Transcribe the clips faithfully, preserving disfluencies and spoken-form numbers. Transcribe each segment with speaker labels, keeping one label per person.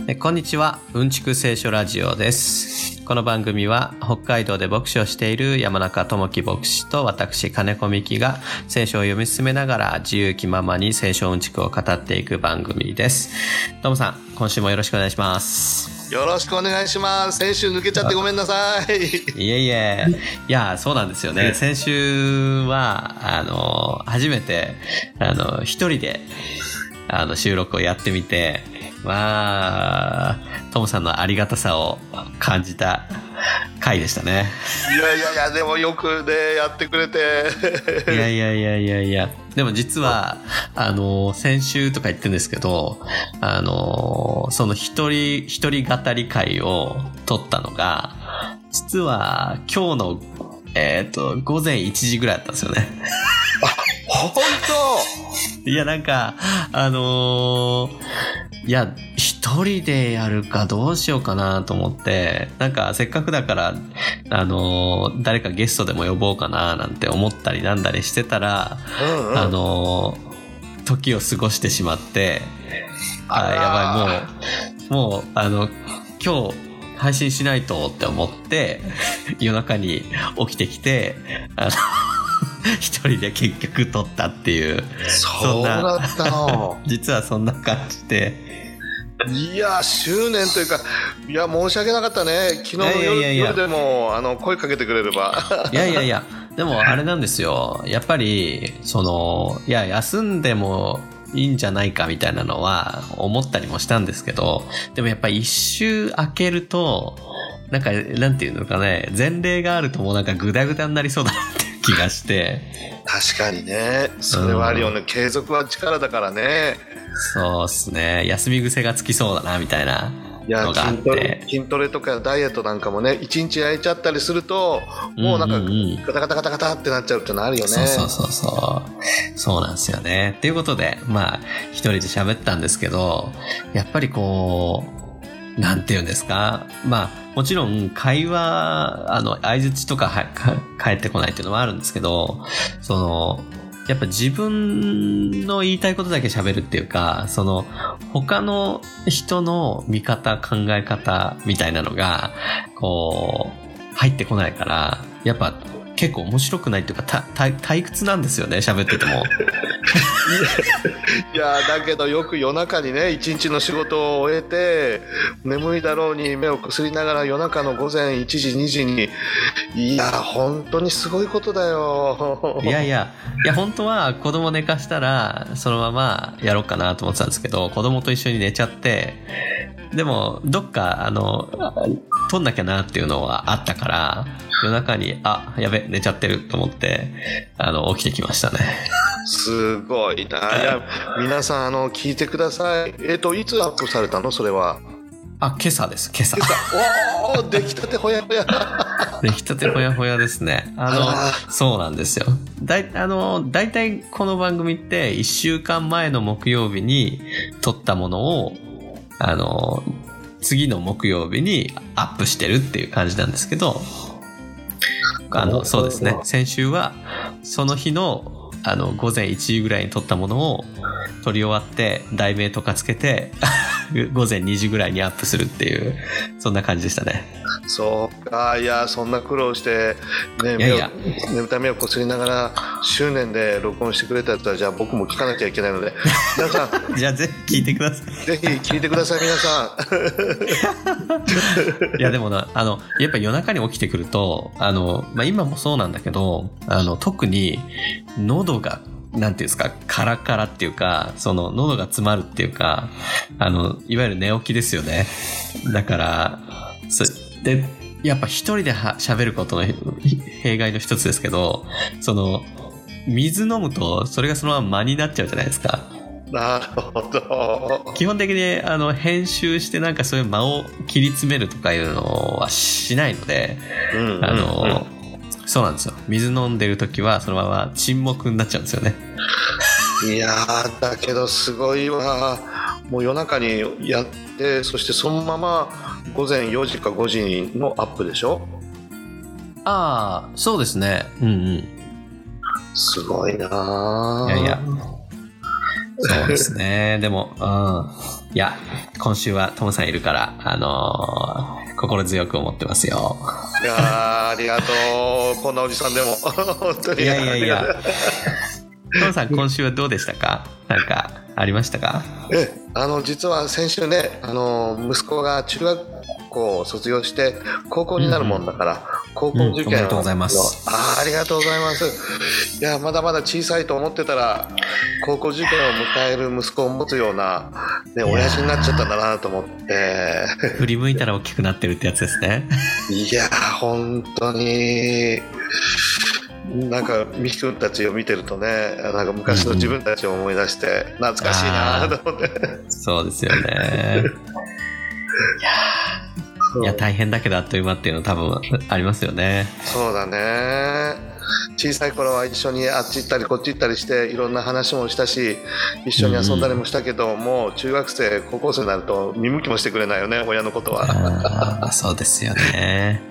Speaker 1: えこんにちは、うんちく聖書ラジオです。この番組は北海道で牧師をしている山中智樹牧師と私金子美希が聖書を読み進めながら自由気ままに聖書うんちくを語っていく番組です。トムさん、今週もよろしくお願いします。
Speaker 2: よろしくお願いします。先週抜けちゃってごめんなさい。
Speaker 1: いえいえ、いやそうなんですよね。先週はあの初めてあの一人であの収録をやってみて、まあトムさんのありがたさを感じた回でしたね。
Speaker 2: いやいやいや、でもよくねやってくれて
Speaker 1: いやいやいやいやいや、でも実はあの先週とか言ってるんですけど、あのその一人一人語り会を撮ったのが実は今日のえっと午前いちじぐらいだったんですよね。
Speaker 2: 本
Speaker 1: 当？いやなんかあのー、いや一人でやるかどうしようかなと思って、なんかせっかくだからあのー、誰かゲストでも呼ぼうかななんて思ったりなんだりしてたら、うんうん、あのー、時を過ごしてしまって、ああやばい、もうもうあの今日配信しないとって思って夜中に起きてきて、あの一人で結局撮ったっていう、
Speaker 2: そうだったの
Speaker 1: 実はそんな感じで、
Speaker 2: いや執念というか、いや申し訳なかったね。昨日の 夜, いやいやいや夜でもあの声かけてくれれば
Speaker 1: いやいやいや、でもあれなんですよ、やっぱりそのいや休んでもいいんじゃないかみたいなのは思ったりもしたんですけど、でもやっぱり一周空けるとなんかなんていうのかね、前例があるともうなんかグダグダになりそうだなって気がして。
Speaker 2: 確かにね、それはあるよね、うん、継続は力だからね。そう
Speaker 1: っすね、休み癖がつきそうだなみたいなのがあって、
Speaker 2: いや筋トレ、筋トレとかダイエットなんかもね、一日空いちゃったりするともうなんかガタガタガタガタってなっちゃうってのあるよね。
Speaker 1: そうそうそうそうそうなんですよね。っていうことでまあ一人で喋ったんですけど、やっぱりこうなんていうんですか、まあもちろん会話あの相槌とかはか返ってこないっていうのはあるんですけど、そのやっぱ自分の言いたいことだけ喋るっていうか、その他の人の見方考え方みたいなのがこう入ってこないから、やっぱ結構面白くないっていうか、たた退屈なんですよね、喋ってても
Speaker 2: いやだけどよく夜中にね、一日の仕事を終えて眠いだろうに目をこすりながら夜中の午前いちじにじに、いや本当にすごいことだよ。
Speaker 1: いやいやいや、本当は子供寝かしたらそのままやろうかなと思ってたんですけど、子供と一緒に寝ちゃって、でもどっかあの撮んなきゃなっていうのはあったから、夜中にあやべ寝ちゃってると思ってあの起きてきましたね。
Speaker 2: すごいな。いや皆さんあの聞いてください。えっといつアップされたのそれは？
Speaker 1: あ、今朝です。今朝。今
Speaker 2: 朝。おお、出来たてほやほや。
Speaker 1: 出来たてほやほやですね。あのあそうなんですよ。だいあのだいたいこの番組っていっしゅうかんまえの木曜日に撮ったものをあの次の木曜日にアップしてるっていう感じなんですけど、あのそうですね。先週はその日のあの午前いちじぐらいに撮ったものを撮り終わって題名とかつけて午前にじぐらいにアップするっていう、そんな感じでしたね。
Speaker 2: そうか。いやそんな苦労して、ね、目を眠たい目をこすりながら執念で録音してくれたやつは、じゃあ僕も聞かなきゃいけないので皆さ
Speaker 1: んじゃあぜひ聞いてください。
Speaker 2: ぜひ聞いてください皆さ
Speaker 1: んいやでもな、あのやっぱ夜中に起きてくるとあの、まあ、今もそうなんだけど、あの特に喉がなんていうんですか、カラカラっていうか、その喉が詰まるっていうか、あのいわゆる寝起きですよね。だからそでやっぱ一人では喋ることの弊害の一つですけど、その水飲むとそれがそのまま間になっちゃうじゃないですか。
Speaker 2: なるほど。
Speaker 1: 基本的にあの編集してなんかそういう間を切り詰めるとかいうのはしないので、うんうんうん、あのそうなんですよ。水飲んでる時はそのまま沈黙になっちゃうんですよね。
Speaker 2: いやーだけどすごいわ。もう夜中にやって、そしてそのまま午前よじかごじのアップでしょ？
Speaker 1: ああそうですね。うんうん。
Speaker 2: すごいな。
Speaker 1: いやいやそうですね。でも、うん。いや、今週はトムさんいるから、あのー、心強く思ってますよ。
Speaker 2: いやー、ありがとう。こんなおじさんでも。本当に。
Speaker 1: いやいやいや。トムさん、今週はどうでしたか？なんか、ありましたか？
Speaker 2: え、あの、実は先週ね、あの、息子が中学校を卒業して高校になるもんだから、うん、高校受験を、うん、おめ
Speaker 1: でとうございます。
Speaker 2: あー、ありがとうございます。いや、まだまだ小さいと思ってたら高校受験を迎える息子を持つような、ね、親父になっちゃったんだなと思って
Speaker 1: 振り向いたら大きくなってるってやつですね。
Speaker 2: いや本当になんかミキ君たちを見てるとね、なんか昔の自分たちを思い出して懐かしいなと思って、うん、
Speaker 1: そうですよね。いやいや大変だけどあっという間っていうの多分ありますよね。
Speaker 2: そうだね。小さい頃は一緒にあっち行ったりこっち行ったりしていろんな話もしたし一緒に遊んだりもしたけど、うん、もう中学生高校生になると見向きもしてくれないよね、親のことは。
Speaker 1: あそうですよね。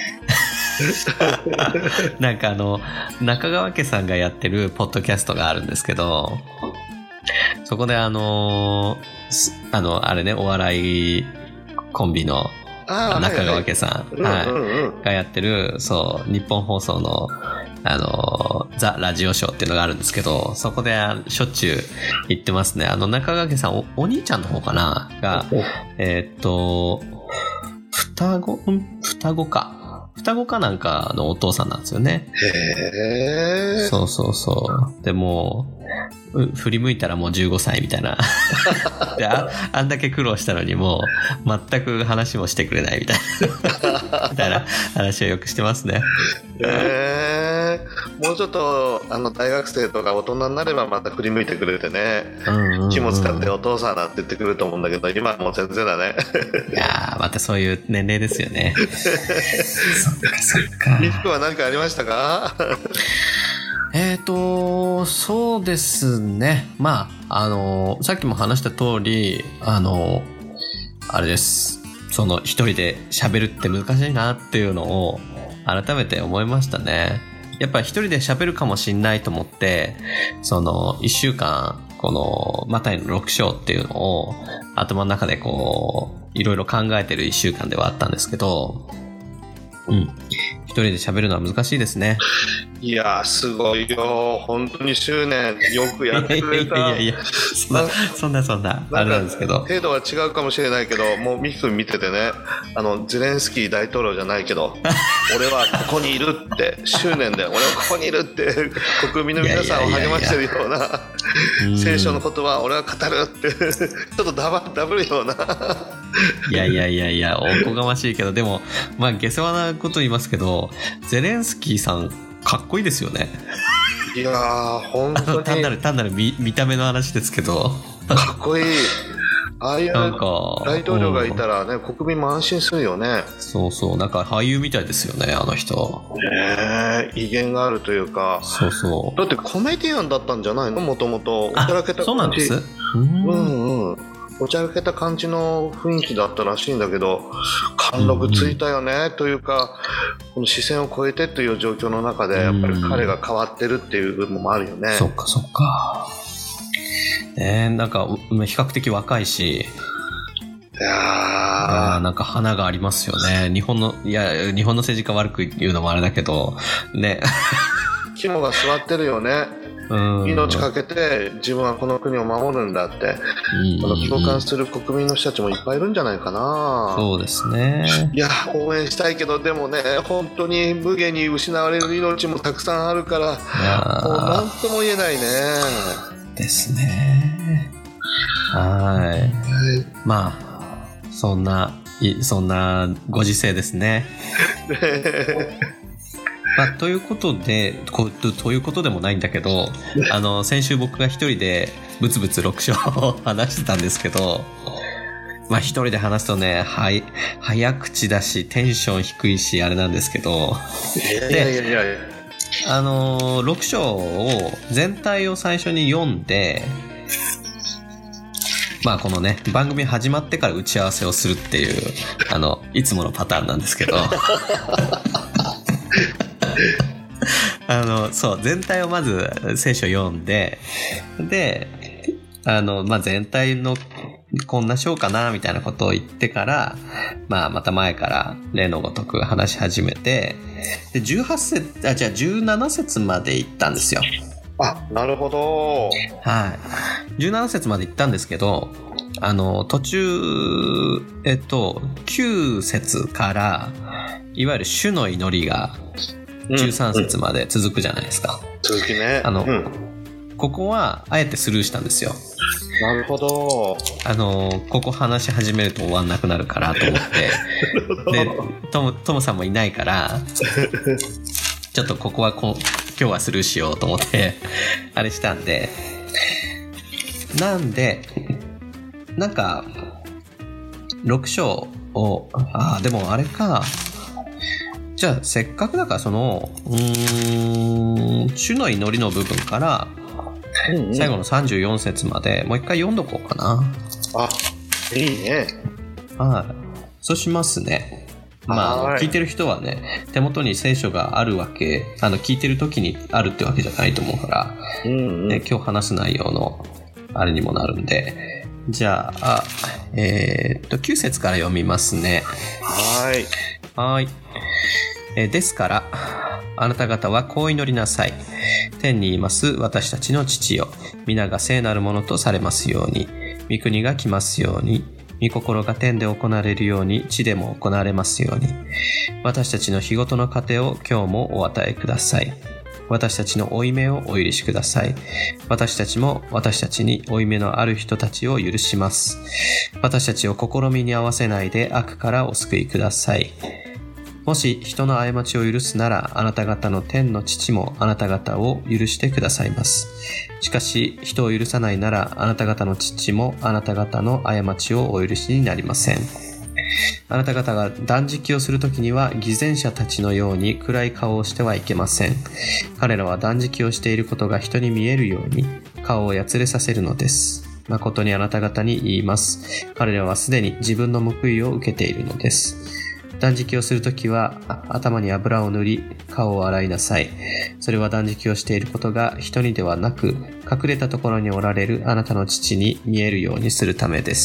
Speaker 1: なんかあの中川家さんがやってるポッドキャストがあるんですけど、そこであのあのあれねお笑いコンビの中川家さんがやってるそう日本放送のあのザ・ラジオショーっていうのがあるんですけど、そこでしょっちゅう行ってますね。あの中川家さん お, お兄ちゃんの方かながえー、っと双子双子か双子かなんかのお父さんなんですよね。
Speaker 2: へー。
Speaker 1: そうそうそう。でも振り向いたらもうじゅうごさいみたいなで あ, あんだけ苦労したのにもう全く話もしてくれないみたいなみたいな話をよくしてますね。
Speaker 2: へー。もうちょっとあの大学生とか大人になればまた振り向いてくれてね、うんうんうん、気も使ってお父さんなんて言ってくると思うんだけど今はもう全然だね。
Speaker 1: いやーまたそういう年齢ですよね。そっかそっか。
Speaker 2: ミキ君は何かありましたか？
Speaker 1: えーと、そうですね。まあ、あの、さっきも話した通り、あの、あれです。その一人で喋るって難しいなっていうのを改めて思いましたね。やっぱり一人で喋るかもしんないと思って、その一週間、このマタイのろく章っていうのを頭の中でこう、いろいろ考えてる一週間ではあったんですけど、うん。一人で喋るのは難しいですね。
Speaker 2: いやすごいよ本当に執念よくやってくれた。いやいやいや
Speaker 1: そんなそんなそんなあれなんですけど
Speaker 2: 程度は違うかもしれないけどもうミキ君見ててねあのゼレンスキー大統領じゃないけど俺はここにいるって執念で俺はここにいるって国民の皆さんを励ましてるような聖書の言葉俺は語るってちょっとダブ、ダブるようない
Speaker 1: やいやいやいやおこがましいけどでもまあ下世話なこと言いますけどゼレンスキーさんかっこいいですよね。
Speaker 2: いやー本当に
Speaker 1: 単なる単なる 見, 見た目の話ですけど
Speaker 2: かっこいい。ああいう大統領がいたらね、うん、国民も安心するよね。
Speaker 1: そうそうなんか俳優みたいですよねあの人。
Speaker 2: ねえ威厳があるというか。
Speaker 1: そうそう
Speaker 2: だってコメディアンだったんじゃないのもともと。おちゃらけた感じ。
Speaker 1: そうなんです。
Speaker 2: うんうんうんおちゃらけた感じの雰囲気だったらしいんだけど貫禄ついたよね、うんうん、というかこの視線を越えてという状況の中でやっぱり彼が変わってるっていう部分もあるよね、うん、
Speaker 1: そっかそっかねえなんか比較的若いし
Speaker 2: いや
Speaker 1: あなんか花がありますよね日本のいや日本の政治家悪く言うのもあれだけどね
Speaker 2: 肝が据わってるよねうん命かけて自分はこの国を守るんだって、うん、この共感する国民の人たちもいっぱいいるんじゃないかな。
Speaker 1: そうですね。いや
Speaker 2: 応援したいけどでもね本当に無下に失われる命もたくさんあるからもう何とも言えないね。
Speaker 1: ですね。はい、はい、まあそんなそんなご時世ですね。まあ、ということでこ と, ということでもないんだけどあの先週僕が一人でブツブツろく章を話してたんですけどまあ一人で話すとねはい早口だしテンション低いしあれなんですけど
Speaker 2: いやいやいやいや
Speaker 1: あのろく章を全体を最初に読んでまあこのね番組始まってから打ち合わせをするっていうあのいつものパターンなんですけどあのそう全体をまず聖書を読んでであの、まあ、全体のこんな章かなみたいなことを言ってから、まあ、また前から例のごとく話し始めて、でじゅうはち節、あ、じゃあじゅうなな節まで行ったんですよ。
Speaker 2: あ、なるほど。
Speaker 1: はい。じゅうなな節まで行ったんですけど、あの、途中、えっと、きゅう節から、いわゆる主の祈りがじゅうさん節まで続くじゃないですか。
Speaker 2: うんうん、続きね。
Speaker 1: あの、
Speaker 2: うん、こ
Speaker 1: こはあえてスルーしたんですよ。
Speaker 2: なるほど。
Speaker 1: あの、ここ話し始めると終わんなくなるからと思って、で、トモ、トモさんもいないから、ちょっとここはこ今日はスルーしようと思って、あれしたんで、なんで、なんか、ろく章を、ああ、でもあれか、じゃあせっかくだからその、うーん、主の祈りの部分から、最後のさんじゅうよん節までもう一回読んどこうかな。
Speaker 2: あ、いいね。
Speaker 1: はい。そうしますね。まあ、聞いてる人はね、手元に聖書があるわけ、あの、聞いてる時にあるってわけじゃないと思うから、うんうん、ね、今日話す内容のあれにもなるんで、じゃあ、えー、っと、きゅう節から読みますね。
Speaker 2: はい。
Speaker 1: はい。えー、ですから、あなた方はこう祈りなさい。天にいます私たちの父よ、皆が聖なるものとされますように、御国が来ますように、御心が天で行われるように地でも行われますように、私たちの日ごとの糧を今日もお与えください。私たちの負い目をお許しください。私たちも私たちに負い目のある人たちを許します。私たちを試みに合わせないで悪からお救いください。もし人の過ちを許すなら、あなた方の天の父もあなた方を許してくださいます。しかし人を許さないなら、あなた方の父もあなた方の過ちをお許しになりません。あなた方が断食をするときには、偽善者たちのように暗い顔をしてはいけません。彼らは断食をしていることが人に見えるように顔をやつれさせるのです。誠にあなた方に言います。彼らはすでに自分の報いを受けているのです。断食をするときは頭に油を塗り顔を洗いなさい。それは断食をしていることが人にではなく、隠れたところにおられるあなたの父に見えるようにするためです。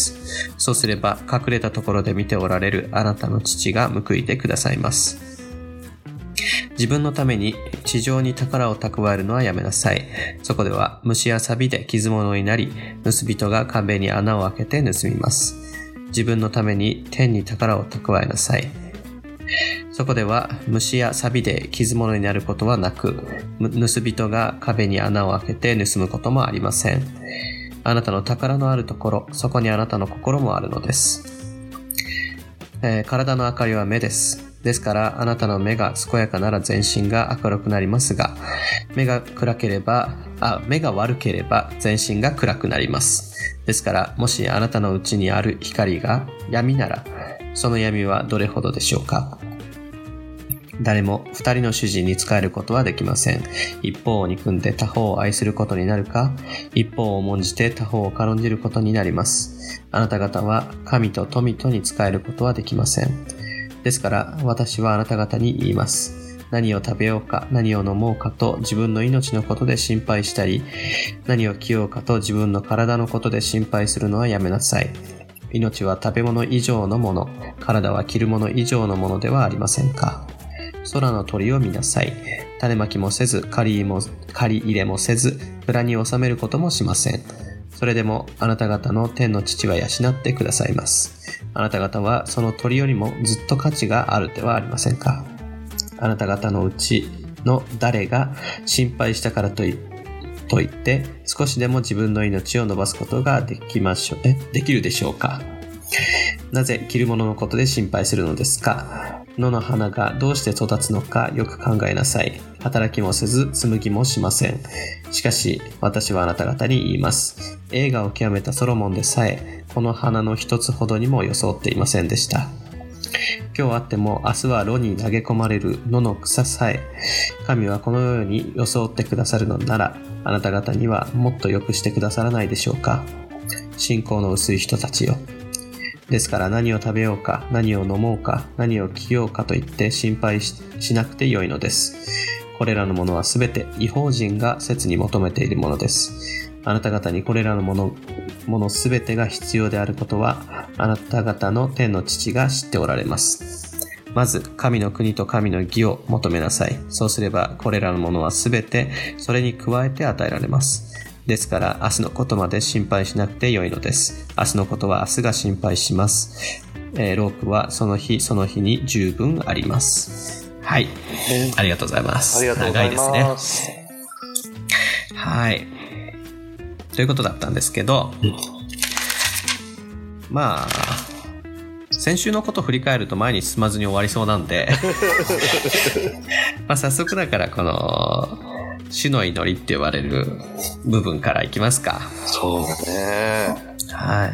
Speaker 1: そうすれば隠れたところで見ておられるあなたの父が報いてくださいます。自分のために地上に宝を蓄えるのはやめなさい。そこでは虫や錆で傷物になり、盗人が壁に穴を開けて盗みます。自分のために天に宝を蓄えなさい。そこでは虫や錆で傷物になることはなく、盗人が壁に穴を開けて盗むこともありません。あなたの宝のあるところ、そこにあなたの心もあるのです。えー、体の明かりは目です。ですからあなたの目が健やかなら全身が明るくなりますが、目が暗ければ、あ、目が悪ければ全身が暗くなります。ですから、もしあなたのうちにある光が闇なら、その闇はどれほどでしょうか。誰も二人の主人に仕えることはできません。一方を憎んで他方を愛することになるか、一方を重んじて他方を軽んじることになります。あなた方は神と富とに仕えることはできません。ですから私はあなた方に言います。何を食べようか、何を飲もうかと自分の命のことで心配したり、何を着ようかと自分の体のことで心配するのはやめなさい。命は食べ物以上のもの、体は着るもの以上のものではありませんか。空の鳥を見なさい。種まきもせず、刈りも、刈り入れもせず、蔵に収めることもしません。それでもあなた方の天の父は養ってくださいます。あなた方はその鳥よりもずっと価値があるではありませんか。あなた方のうちの誰が心配したからといと言って少しでも自分の命を伸ばすことができましょうえできるでしょうか。なぜ着るもののことで心配するのですか。野の花がどうして育つのかよく考えなさい。働きもせず紡ぎもしません。しかし私はあなた方に言います。栄華を極めたソロモンでさえこの花の一つほどにも装っていませんでした。今日あっても明日は炉に投げ込まれる野の草さえ神はこのように装ってくださるのなら、あなた方にはもっと良くしてくださらないでしょうか。信仰の薄い人たちよ。ですから何を食べようか、何を飲もうか、何を着ようかと言って心配 し, しなくてよいのです。これらのものはすべて異邦人が切に求めているものです。 あなた方にこれらのもの、ものすべてが必要であることは、あなた方の天の父が知っておられます。まず、神の国と神の義を求めなさい。そうすれば、これらのものはすべて、それに加えて与えられます。ですから、明日のことまで心配しなくてよいのです。明日のことは明日が心配します。えー、労苦はその日その日に十分あります。はい。ありがとうございます。
Speaker 2: ありがとうございます。
Speaker 1: 長いですね。はい。ということだったんですけど、うん、まあ、先週のことを振り返ると前に進まずに終わりそうなんで、まあ早速だからこの、主の祈りって言われる部分からいきますか。
Speaker 2: そうだね。
Speaker 1: はい。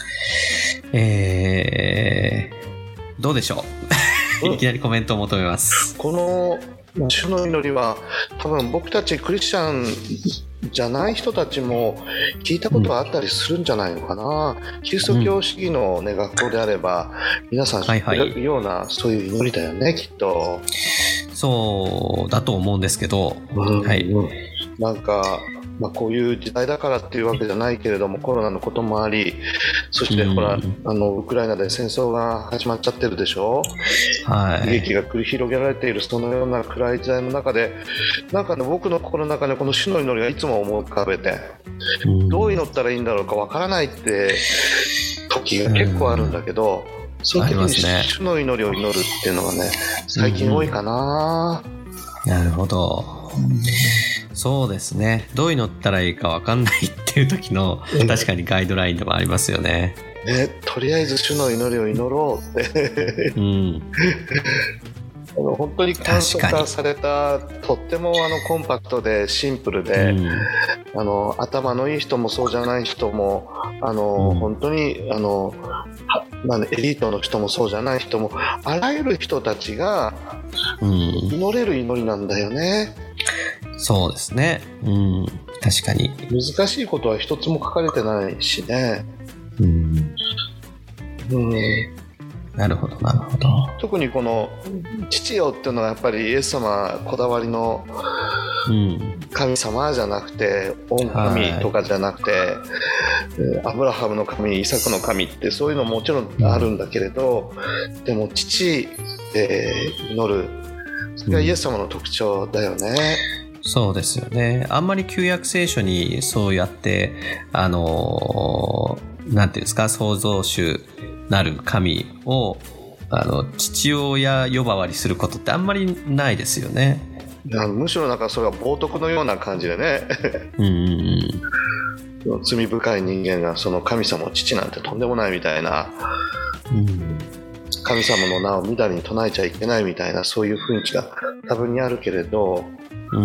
Speaker 1: えー、どうでしょういきなりコメントを求めます。
Speaker 2: この主の祈りは多分僕たちクリスチャンじゃない人たちも聞いたことがあったりするんじゃないのかな、うん、キリスト教主義の、ね、学校であれば皆さん知ってるような、はいはい、そういう祈りだよね、きっと。
Speaker 1: そうだと思うんですけど、
Speaker 2: うん
Speaker 1: はい、
Speaker 2: なんか、まあ、こういう時代だからっていうわけじゃないけれども、コロナのこともあり、そしてほら、うん、あのウクライナで戦争が始まっちゃってるでしょ、はい、悲劇が繰り広げられているそのような暗い時代の中で、なんかね、僕の心の中でこの主の祈りがいつも思い浮かべて、うん、どう祈ったらいいんだろうかわからないって時が結構あるんだけど、うん、その時に主の祈りを祈るっていうのがね、最近多いかな、
Speaker 1: うん、なるほど、そうですね。どう祈ったらいいか分かんないっていう時の確かにガイドラインでもありますよね。
Speaker 2: ね、とりあえず主の祈りを祈ろうってうん、あの本当に簡素化されたとってもあのコンパクトでシンプルで、うん、あの頭のいい人もそうじゃない人もあの、うん、本当にあのなんエリートの人もそうじゃない人もあらゆる人たちが祈れる祈りなんだよね、
Speaker 1: うん、そうですね、うん、確かに
Speaker 2: 難しいことは一つも書かれてないしね、
Speaker 1: うん
Speaker 2: うん、
Speaker 1: なるほどなるほど。
Speaker 2: 特にこの父よっていうのはやっぱりイエス様こだわりの神様じゃなくて御神とかじゃなくて、はい、アブラハムの神イサクの神ってそういうのももちろんあるんだけれど、うん、でも父で祈る、それがイエス様の特徴だよね、
Speaker 1: うん、そうですよね。あんまり旧約聖書にそうやってあのなんていうんですか、創造主なる神をあの父親呼ばわりすることってあんまりないですよね。
Speaker 2: いやむしろなんかそれは冒涜のような感じでね
Speaker 1: うんうん
Speaker 2: うん、罪深い人間がその神様を父なんてとんでもないみたいな、うん、神様の名をみだりに唱えちゃいけないみたいな、そういう雰囲気が多分にあるけれど、うん、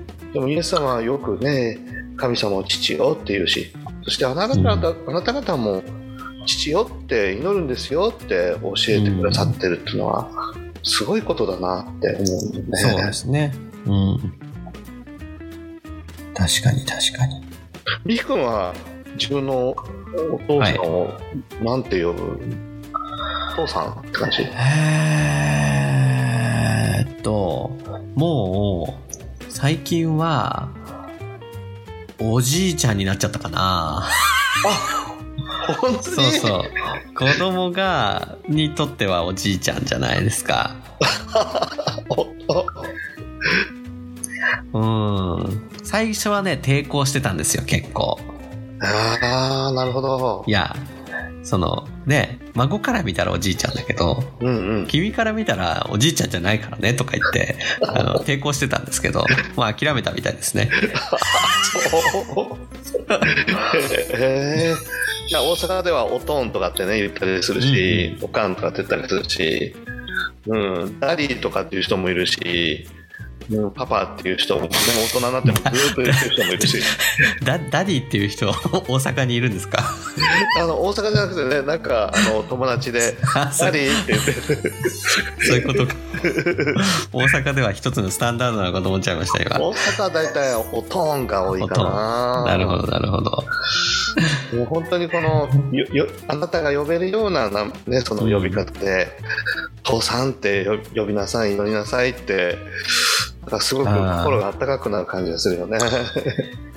Speaker 2: でもイエス様はよくね、神様を父よって言うし、そしてあなた方、うん、あなた方も父よって祈るんですよって教えてくださってるっていうのはすごいことだなって思うんだよね。
Speaker 1: そうですね、うん、確かに確かに。
Speaker 2: リヒ君は自分のお父さんをなんて呼ぶ、はい、お父さんって感じ？
Speaker 1: えーっともう最近はおじいちゃんになっちゃったかな。
Speaker 2: あ、本当に？
Speaker 1: そうそう、子供がにとってはおじいちゃんじゃないですか。うん、最初はね抵抗してたんですよ、結構。
Speaker 2: ああ、なるほど。
Speaker 1: いや、そのね、孫から見たらおじいちゃんだけど、うんうん、君から見たらおじいちゃんじゃないからねとか言ってあの抵抗してたんですけど、まあ諦めたみたいですね。
Speaker 2: へえ。いや、大阪ではおとんとかってね言ったりするし、うん、おかんとかって言ったりするし、うん、ダディとかっていう人もいるし、うん、パパっていう人も、でも大人になってもずっと言ってる人もいるし
Speaker 1: ダ, ダディっていう人大阪にいるんですか？
Speaker 2: あの大阪じゃなくてね、なんかあの友達でダディって言ってる
Speaker 1: そういうことか。大阪では一つのスタンダードなのかと思っちゃいました今。
Speaker 2: 大阪はだいたいおとんが多いかな。
Speaker 1: なるほどなるほど。
Speaker 2: もう本当にこのよよあなたが呼べるような、ね、その呼び方で、うん、父さんって呼びなさい、祈りなさいって、なんかすごく心が温かくなる感じがするよね。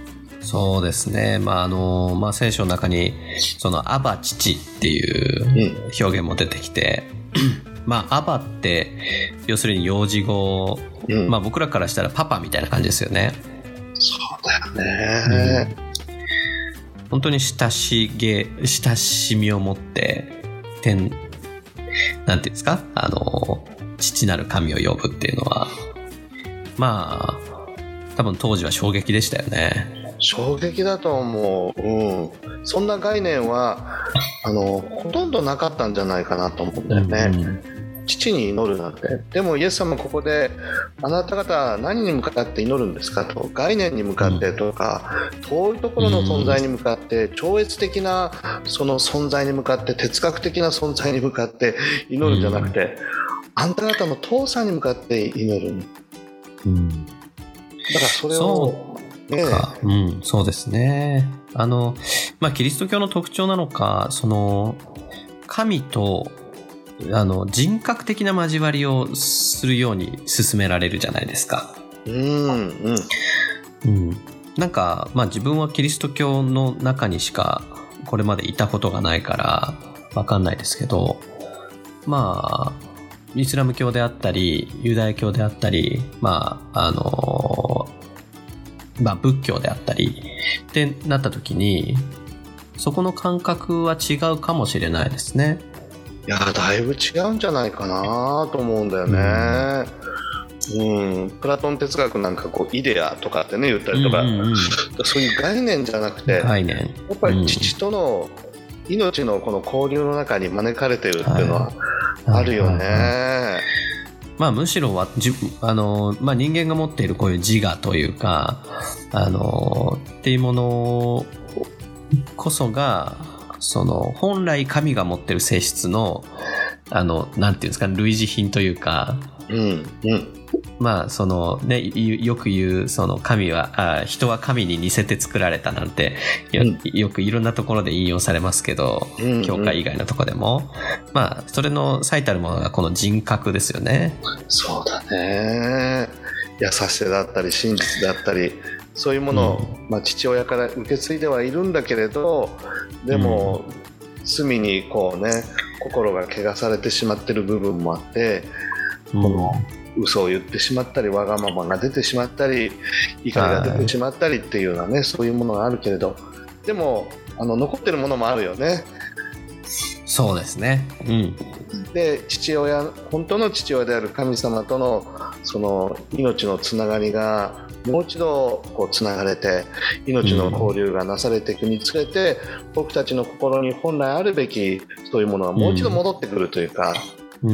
Speaker 1: そうですね。まああのまあ、聖書の中にそのアバ父っていう表現も出てきて、うん、まあアバって要するに幼児語、うん、まあ僕らからしたらパパみたいな感じですよね。
Speaker 2: そうだよね、
Speaker 1: うん、本当に親しげ親しみを持って天なんていうんですか、あの父なる神を呼ぶっていうのはまあ多分当時は衝撃でしたよね。
Speaker 2: 衝撃だと思う、うん、そんな概念はあのほとんどなかったんじゃないかなと思うんだよね、うんうん、父に祈るなんて。でもイエス様ここであなた方何に向かって祈るんですかと、概念に向かってとか、うん、遠いところの存在に向かって、超越的なその存在に向かって、哲学的な存在に向かって祈るんじゃなくて、うん、あんた方の父さんに向かって祈る、うん、だからそれを
Speaker 1: ね、うん、そうですね。あの、まあ、キリスト教の特徴なのか、その神とあの人格的な交わりをするように進められるじゃないですか。
Speaker 2: うんうん
Speaker 1: うん、なんか、まあ、自分はキリスト教の中にしかこれまでいたことがないから分かんないですけど、まあイスラム教であったりユダヤ教であったり、まああのまあ、仏教であったりってなった時にそこの感覚は違うかもしれないですね。
Speaker 2: いやだいぶ違うんじゃないかなと思うんだよね、うんうん、プラトン哲学なんかこうイデアとかってね言ったりとか、うんうんうん、そういう概念じゃなくて概念、やっぱり父との命のこの交流の中に招かれてるっていうのはあるよね、はいはいはいはい。
Speaker 1: まあ、むしろはじあの、まあ、人間が持っているこういう自我というかあのっていうものこそがその本来神が持っている性質のあのなんていうんですか、類似品というか、うんうん、まあそのねよく言うその神はあ人は神に似せて作られたなんて よ,、うん、よくいろんなところで引用されますけど、うんうん、教会以外のところでもまあそれの最たるものがこの人格ですよね。
Speaker 2: そうだね。優しさだったり真実だったりそういうものを、うんまあ、父親から受け継いではいるんだけれど、でも、うん、罪にこうね心が汚されてしまってる部分もあって、うん、この嘘を言ってしまったりわがままが出てしまったり怒りが出てしまったりっていうようなね、そういうものがあるけれど、でもあの残ってるものもあるよね。
Speaker 1: そうですね、うん、
Speaker 2: で父親本当の父親である神様とのその命のつながりがもう一度こうつながれて命の交流がなされていくにつれて、うん、僕たちの心に本来あるべきそういうものがもう一度戻ってくるというか、うん、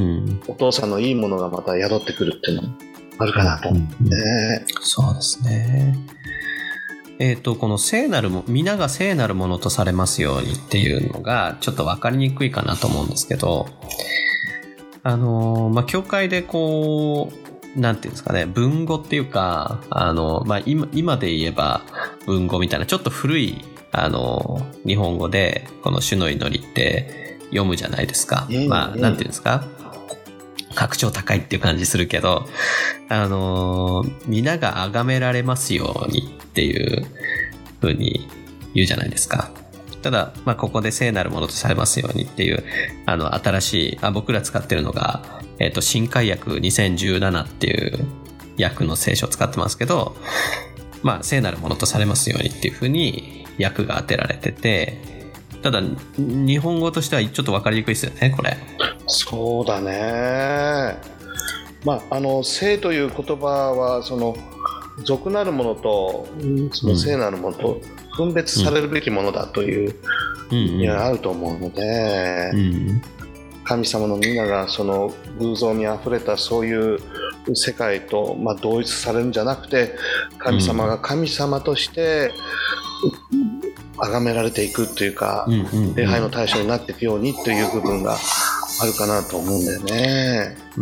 Speaker 2: お父さんのいいものがまた宿ってくるっていうのもあるかなと思って、ね、
Speaker 1: うん、そうですね。えーと、この聖なるも皆が聖なるものとされますようにっていうのがちょっと分かりにくいかなと思うんですけど、あのー、まあ、教会でこうなんていうんですかね、文語っていうか、あの、まあ、今、今で言えば文語みたいなちょっと古いあの日本語でこの主の祈りって読むじゃないですか、うんうん、まあなんていうんですか、格調高いっていう感じするけど、あの皆が崇められますようにっていう風に言うじゃないですか。ただ、まあ、ここで聖なるものとされますようにっていうあの新しいあ僕ら使ってるのが、えーと、新海訳にせんじゅうななっていう訳の聖書を使ってますけど、まあ、聖なるものとされますようにっていう風に訳が当てられてて、ただ日本語としてはちょっと分かりにくいですよねこれ。
Speaker 2: そうだね。まあ、あの聖という言葉はその俗なるものとその聖なるものと分別されるべきものだという意味があると思うので、うんうん、神様の皆がその偶像にあふれたそういう世界とまあ同一されるんじゃなくて、神様が神様として崇められていくというか、うんうんうん、礼拝の対象になっていくようにという部分があるかなと思うんだよね。
Speaker 1: うん、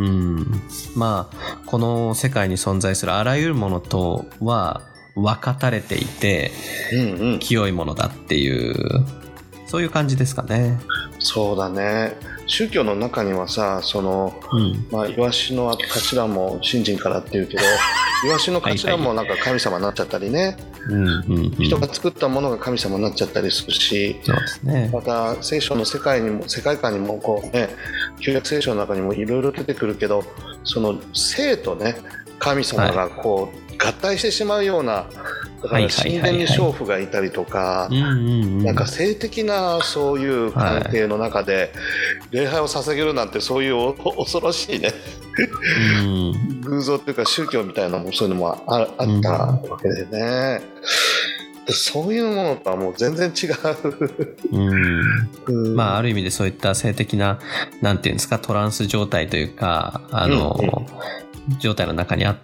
Speaker 1: まあこの世界に存在するあらゆるものとは分かたれていて、うんうん、清いものだっていうそういう感じですかね。
Speaker 2: そうだね。宗教の中にはさ、その、うんまあ、イワシの頭も信心からっていうけどイワシの頭もなんか神様になっちゃったりね、はいはい、
Speaker 1: うんうんうん、
Speaker 2: 人が作ったものが神様になっちゃったりするし、
Speaker 1: そうですね、
Speaker 2: また聖書の世界にも世界観にもこう、ね、旧約聖書の中にもいろいろ出てくるけど、その聖とね神様がこう、はい、合体してしまうような、だから神殿に娼婦がいたりとか、なんか性的なそういう関係の中で礼拝を捧げるなんて、そういう恐ろしいね偶像っていうか宗教みたいなもそういうのも あ, あったわけでね、でそういうものとはもう全然違う
Speaker 1: うん、まあある意味でそういった性的ななんていうんですか、トランス状態というか、あの、うんうん状態の中にあって、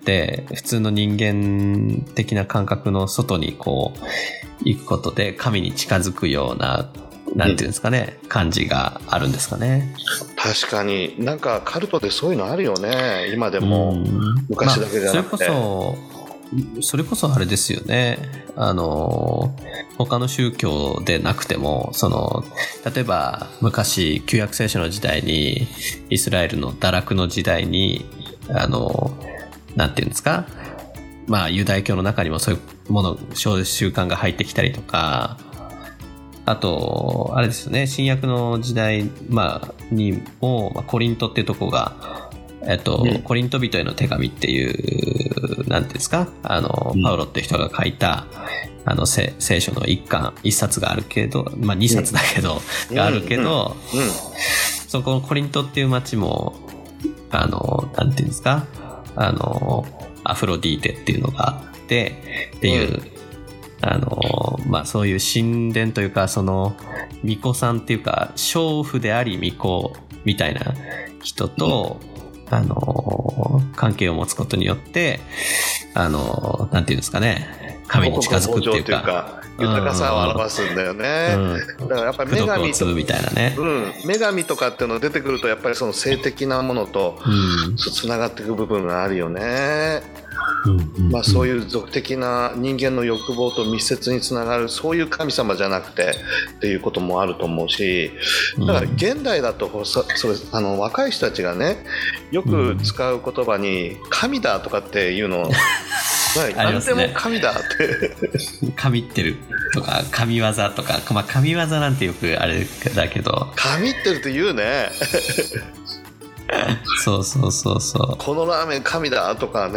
Speaker 1: 普通の人間的な感覚の外にこう行くことで神に近づくような、なんていうんですかね、うん、感じがあるんですかね。
Speaker 2: 確かになんかカルトでそういうのあるよね、今でも、うん、昔だけじゃなくて、まあ、そ
Speaker 1: れこそそれこそあれですよね、あの他の宗教でなくても、その例えば昔旧約聖書の時代に、イスラエルの堕落の時代に、あのなんていうんですか、まあユダヤ教の中にもそういうもの習慣が入ってきたりとか、あとあれですよね、新約の時代、まあ、にも、まあ、コリントっていうところが、えっとうん、コリント人への手紙っていうなんていうんですか、あの、うん、パウロっていう人が書いたあの聖書の一巻一冊があるけど、まあ二冊だけど、うん、があるけど、うんうんうん、そこのコリントっていう町もあのなんていうんですか、あのアフロディーテっていうのがあってっていう、うん、あのまあそういう神殿というか、その巫女さんっていうか娼婦であり巫女みたいな人と、うん、あの関係を持つことによって、あのなんていうんですかね、神に近づくっていうか、
Speaker 2: 豊かさを表すんだよね、うん、だからやっぱり女神と
Speaker 1: みたいなね、
Speaker 2: うん、女神とかっていうのが出てくると、やっぱりその性的なものとつながっていく部分があるよね、うんまあ、そういう俗的な人間の欲望と密接につながる、そういう神様じゃなくてっていうこともあると思うし、だから現代だとそれあの若い人たちがねよく使う言葉に神だとかっていうのを何でも神だって
Speaker 1: 神ってるとか神業とか、まあ、神業なんてよくあれだけど、
Speaker 2: 神ってるって言うね
Speaker 1: そうそうそうそう、
Speaker 2: このラーメン神だとかね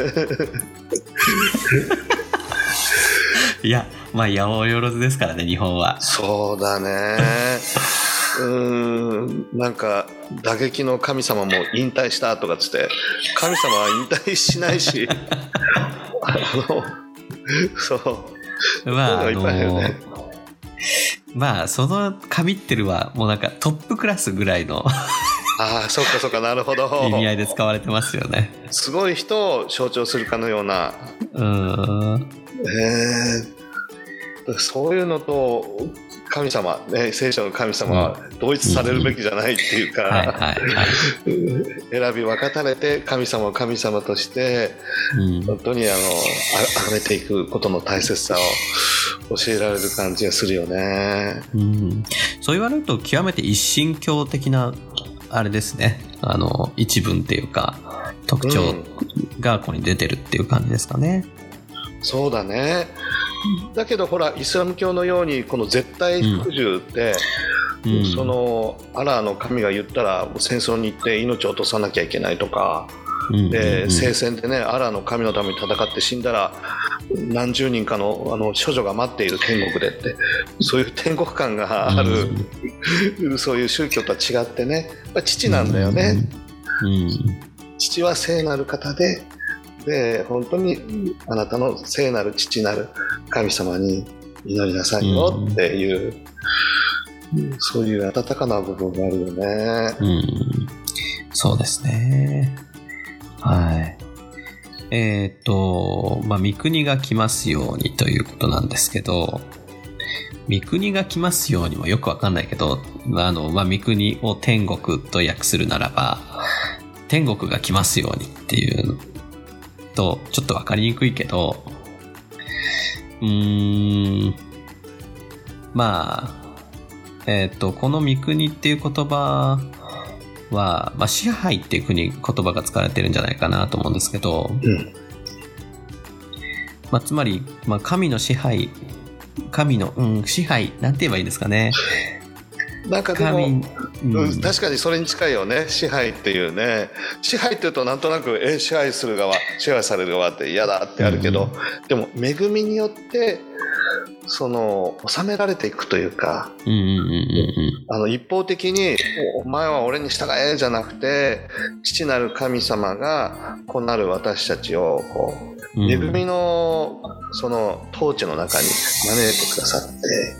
Speaker 1: いや、まあ八百万ですからね、日本は。
Speaker 2: そうだねうーん、なんか打撃の神様も引退したとかつって、神様は引退しないしあのそう
Speaker 1: まあ、あのまあその神ってるはもうなんかトップクラスぐらいの
Speaker 2: ああ、そっかそっか、なるほど、
Speaker 1: 意味合いで使われてますよね。
Speaker 2: すごい人を象徴するかのような、うーん、えー、そういうのと神様、ね、聖書の神様は同一されるべきじゃないっていうか、選び分かたれて神様を神様として、うん、本当にあの崇めていくことの大切さを教えられる感じがするよね、
Speaker 1: うん、そう言われると極めて一神教的なあれですね、あの一文っていうか特徴がここに出てるっていう感じですかね、
Speaker 2: うん、そうだね。だけどほらイスラム教のようにこの絶対服従って、うんうん、そのアラーの神が言ったら戦争に行って命を落とさなきゃいけないとか、うんうんうん、で聖戦でねアラーの神のために戦って死んだら何十人か の, あの処女が待っている天国でって、そういう天国感がある、うん、そういう宗教とは違ってね、父なんだよね、うんうん、父は聖なる方でで本当にあなたの聖なる父なる神様に祈りなさいよっていう、うん、そういう温かな部分があるよね、うん、
Speaker 1: そうですね。はい。えっとまあ御国が来ますようにということなんですけど、御国が来ますようにもよくわかんないけど、あの、まあ、御国を天国と訳するならば天国が来ますようにっていうとちょっと分かりにくいけど、うーんまあえっとこの御国っていう言葉は、まあ、支配っていう国言葉が使われてるんじゃないかなと思うんですけど、うん、 まあ、つまり、まあ、神の支配神の、うん、支配なんて言えばいいんですかね。
Speaker 2: なんかでも、
Speaker 1: 神、
Speaker 2: うん、確かにそれに近いよね。支配っていうね。支配っていうとなんとなくえ支配する側支配される側って嫌だってあるけど、うん、でも恵みによってその収められていくというか、
Speaker 1: うんうんうんうん、
Speaker 2: あの一方的にお前は俺に従えじゃなくて、父なる神様が子なる私たちをこう恵みのその統治の中に招いてくださって、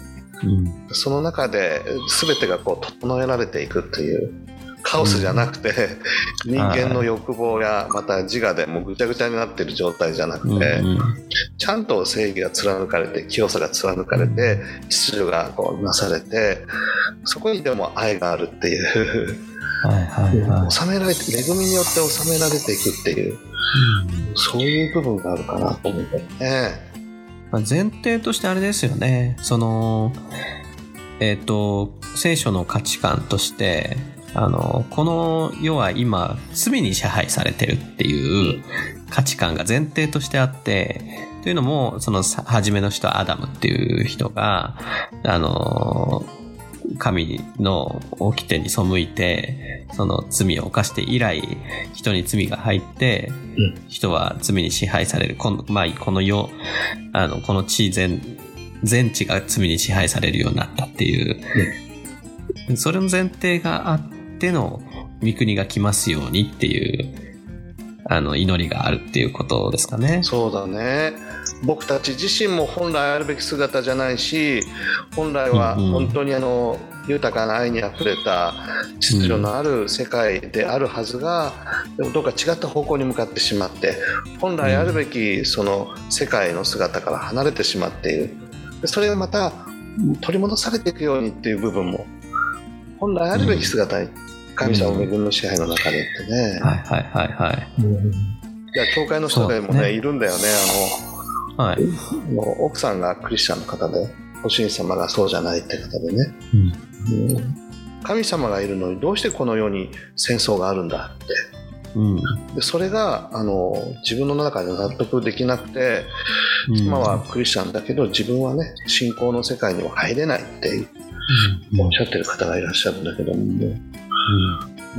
Speaker 2: うん、その中で全てがこう整えられていくというカオスじゃなくて、うん、人間の欲望やまた自我でもうぐちゃぐちゃになっている状態じゃなくて、うん、ちゃんと正義が貫かれて清さが貫かれて秩序がこうなされて、そこにでも愛があるっていうはいはい、はい、収められて恵みによって収められていくっていう、うん、そういう部分があるかなと思うんだよね。
Speaker 1: 前提としてあれですよね。そのえっと聖書の価値観としてあのこの世は今罪に支配されてるっていう価値観が前提としてあって、というのもその初めの人アダムっていう人があの神の掟に背いてその罪を犯して以来人に罪が入って人は罪に支配される。この、まあ、この世あのこの地全全地が罪に支配されるようになったっていう、うん、それの前提があっての御国が来ますようにっていうあの祈りがあるっていうことですかね。
Speaker 2: そうだね。僕たち自身も本来あるべき姿じゃないし、本来は本当にあの豊かな愛にあふれた秩序のある世界であるはずが、でもどうか違った方向に向かってしまって、本来あるべきその世界の姿から離れてしまっている。それがまた取り戻されていくようにっていう部分も、本来あるべき姿に神様の恵みの支配の中でってね、
Speaker 1: はいはいはいはい、うん、い
Speaker 2: や教会の人でも ね, ねいるんだよね。あの、はい、奥さんがクリスチャンの方で、ご主人様がそうじゃないって方でね、うんうん、神様がいるのにどうしてこの世に戦争があるんだって、うん、でそれがあの自分の中で納得できなくて、妻はクリスチャンだけど自分はね信仰の世界には入れないっていう、うん、おっしゃってる方がいらっしゃるんだけども、うん、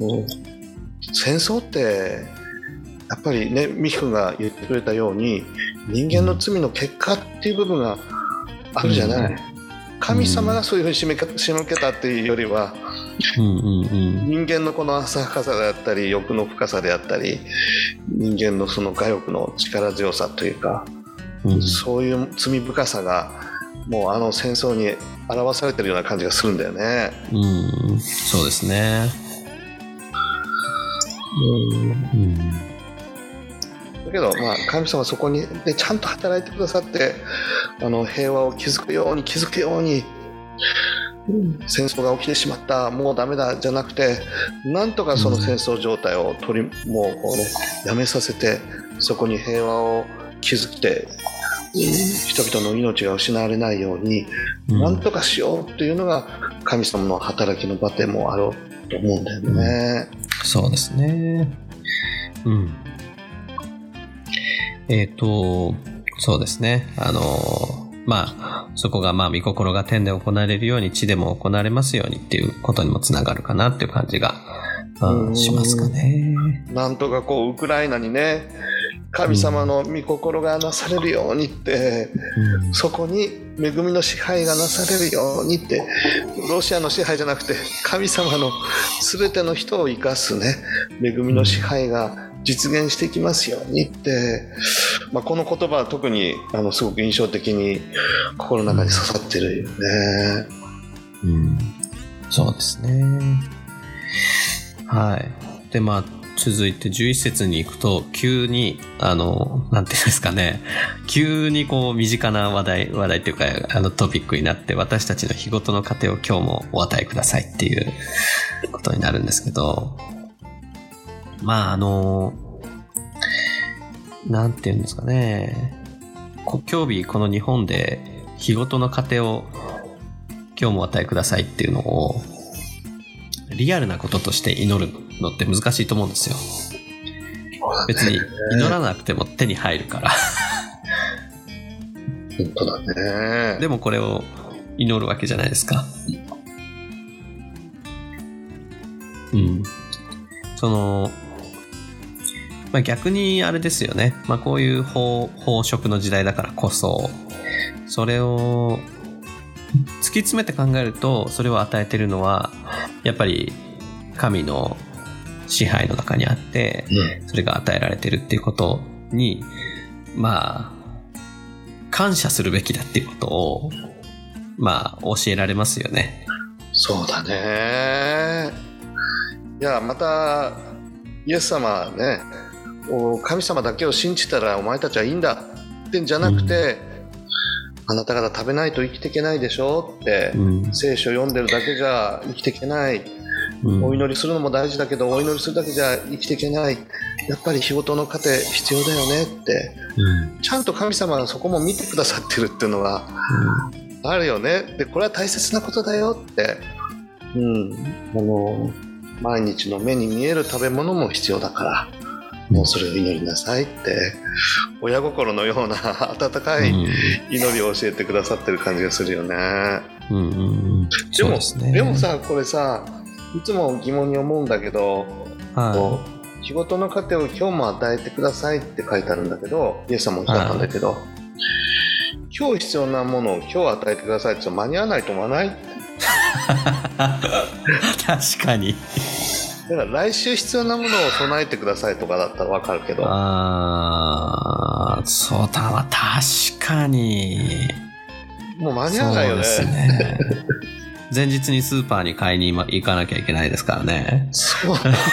Speaker 2: もう戦争ってやっぱりね、ミキ君が言ってくれたように人間の罪の結果っていう部分があるじゃない、うん、神様がそういうふうに仕向けたっていうよりは、うんうんうん、人間のこの浅はかさであったり欲の深さであったり人間のその我欲の力強さというか、うん、そういう罪深さがもうあの戦争に表されてるような感じがするんだよね。
Speaker 1: うん、そうですね。
Speaker 2: うんうんだけど、まあ、神様はそこに、ね、ちゃんと働いてくださってあの平和を築くように築くように、うん、戦争が起きてしまったもうダメだじゃなくてなんとかその戦争状態を取り、うん、もうこう、ね、やめさせてそこに平和を築いて、うん、人々の命が失われないように、うん、なんとかしようっていうのが神様の働きの場でもあろうと思うんだよね、
Speaker 1: うん、そうですね。うんえっと、そうですね。あの、まあ、そこがまあ、御心が天で行われるように地でも行われますようにっていうことにもつながるかなっていう感じが、うん、しますかね。
Speaker 2: なんとかこう、ウクライナにね、神様の御心がなされるようにって、うん、そこに恵みの支配がなされるようにって、ロシアの支配じゃなくて、神様の全ての人を生かすね、恵みの支配が、実現していきますようにって、まあ、この言葉は特にあのすごく印象的に心の中に刺さってるよね、
Speaker 1: うん、そうですね。はいでまあ続いてじゅういち節に行くと急にあのなんていうんですかね急にこう身近な話題話題というかあのトピックになって私たちの日ごとの糧を今日もお与えくださいっていうことになるんですけどまああのなんていうんですかね今日この日本で日ごとの糧を今日もお与えくださいっていうのをリアルなこととして祈るのって難しいと思うんですよ。別に祈らなくても手に入るから
Speaker 2: 本当だね。
Speaker 1: でもこれを祈るわけじゃないですか。うん。その、まあ、逆にあれですよね。まあ、こういう飽飽食の時代だからこそ、それを突き詰めて考えると、それを与えてるのはやっぱり神の支配の中にあって、うん、それが与えられてるっていうことに、まあ感謝するべきだっていうことをまあ教えられますよね。
Speaker 2: そうだね。いや、またイエス様ね、神様だけを信じたらお前たちはいいんだってんじゃなくて、うん、あなた方食べないと生きていけないでしょって、うん、聖書読んでるだけじゃ生きていけない、うん、お祈りするのも大事だけどお祈りするだけじゃ生きていけない、やっぱり日ごとの糧必要だよねって、うん、ちゃんと神様がそこも見てくださってるっていうのがあるよね。でこれは大切なことだよって、うん、あの毎日の目に見える食べ物も必要だからもうそれを祈りなさいって親心のような温かい祈りを教えてくださってる感じがするよね。うんうんうん、でも、ね、でもさ、これさいつも疑問に思うんだけど、はい、こう日ごとの糧を今日も与えてくださいって書いてあるんだけど、イエス様も言ったんだけど、はい、今日必要なものを今日与えてくださいって間に合わないと思わない？
Speaker 1: 確かに。
Speaker 2: だから来週必要なものを備えてくださいとかだったら分かるけど、
Speaker 1: ああ、そうだわ、確かに
Speaker 2: もう間に合わないよね。そうですね。
Speaker 1: 前日にスーパーに買いに行かなきゃいけないですからね。
Speaker 2: そうなんだよね。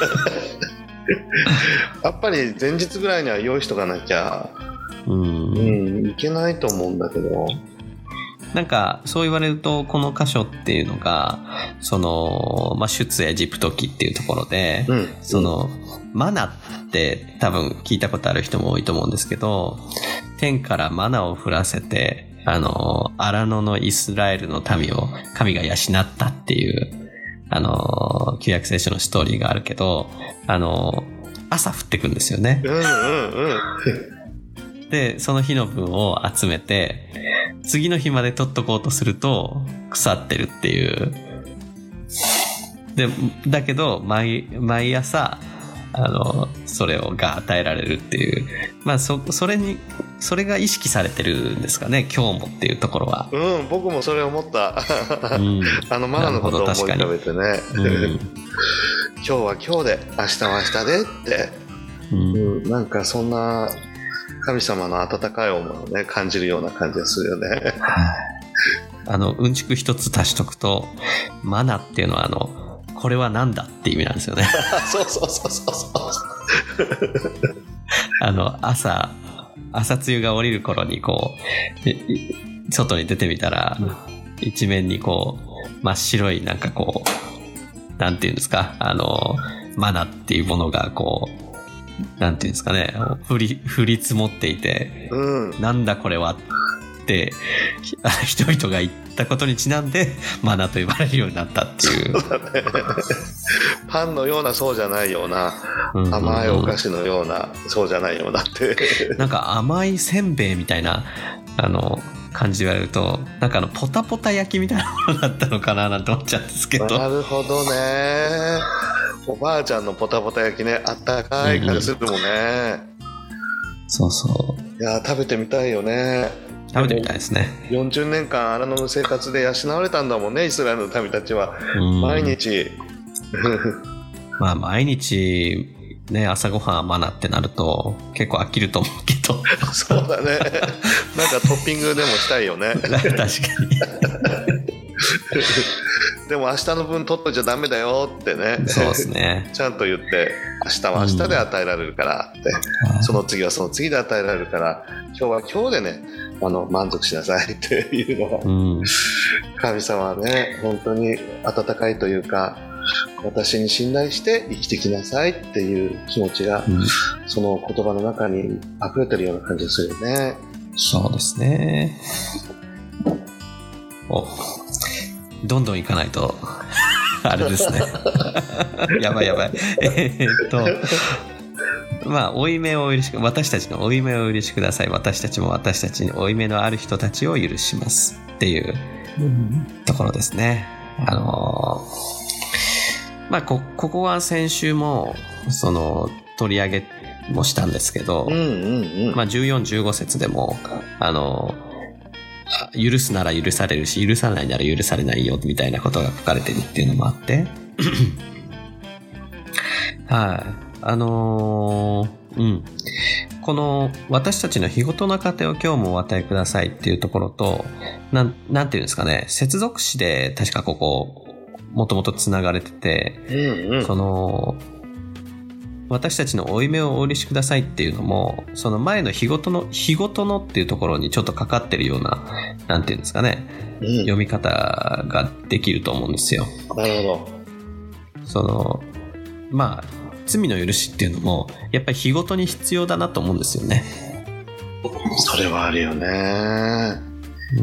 Speaker 2: やっぱり前日ぐらいには用意しとかなきゃ、うん、うん、いけないと思うんだけど、
Speaker 1: なんかそう言われるとこの箇所っていうのがその、まあ、出エジプト記っていうところで、うん、そのマナって多分聞いたことある人も多いと思うんですけど、天からマナを降らせてあの荒野のイスラエルの民を神が養ったっていうあの旧約聖書のストーリーがあるけど、あの朝降ってくんですよね。うんうんうん、でその日の分を集めて次の日まで取っとこうとすると腐ってるっていう。でだけど 毎, 毎朝あのそれをが与えられるっていう、まあ そ, それにそれが意識されてるんですかね、今日もっていうところは。
Speaker 2: うん、僕もそれ思った。うん、あのマナのことを思い浮かべてね。うん、今日は今日で明日は明日でって、うんうん、なんかそんな神様の温かい思いをね感じるような感じがするよね。
Speaker 1: あのうんちく一つ足しとくと、マナっていうのはあのこれはなんだって意味なんですよね。
Speaker 2: そうそうそうそうそう。
Speaker 1: あの朝朝露が降りる頃にこう外に出てみたら、うん、一面にこう真っ白いなんかこうなんていうんですか、あのマナっていうものがこうなんていうんですかね、降り降り積もっていて、うん、なんだこれはって人々が言ったことにちなんでマナと呼ばれるようになったっていう。そうだね。
Speaker 2: パンのようなそうじゃないような、甘いお菓子のようなそうじゃないようなって
Speaker 1: なんか甘いせんべいみたいなあの感じで言われると、なんかあのポタポタ焼きみたいなものだったのかななんて思っちゃうんですけど。
Speaker 2: なるほどね。おばあちゃんのポタポタ焼きね、あったかい感じするもんね、
Speaker 1: うん、そうそう。
Speaker 2: いや食べてみたいよね。
Speaker 1: 食べてみたいですね。
Speaker 2: よんじゅうねんかん荒野の生活で養われたんだもんね、イスラエルの民たちは。毎日
Speaker 1: まあ毎日ね、朝ごはんマナってなると結構飽きると思うけど。
Speaker 2: そうだね。なんかトッピングでもしたいよね。
Speaker 1: 確かに。
Speaker 2: でも明日の分取っといちゃダメだよってね。
Speaker 1: そうですね。
Speaker 2: ちゃんと言って明日は明日で与えられるからって、うん、その次はその次で与えられるから今日は今日でねあの満足しなさいっていうのは、うん、神様はね本当に温かいというか、私に信頼して生きてきなさいっていう気持ちが、うん、その言葉の中に溢れてるような感じがするよね。
Speaker 1: そうですね。お、どんどん行かないとあれですね。やばいやばい。えー、っとまあ、負い目をお許しく、私たちの負い目をお許しください。私たちも私たちに負い目のある人たちを許しますっていうところですね。あのー、まあ、こ、ここは先週も、その、取り上げもしたんですけど、
Speaker 2: うんうんうん、
Speaker 1: まあ、じゅうよん、じゅうご節でも、あのー、許すなら許されるし、許さないなら許されないよ、みたいなことが書かれてるっていうのもあって、はい。あのー、うん。この、私たちの日ごとの糧を今日もお与えくださいっていうところと、なん、なんていうんですかね、接続詞で確かここ、もともと繋がれてて、
Speaker 2: うんうん、
Speaker 1: その、私たちの負い目をお許しくださいっていうのも、その前の日ごとの、日ごとのっていうところにちょっとかかってるような、なんていうんですかね、うん、読み方ができると思うんですよ。
Speaker 2: なるほど。
Speaker 1: その、まあ、罪の許しっていうのもやっぱり日ごとに必要だなと思うんですよね。
Speaker 2: それはあるよね、うん、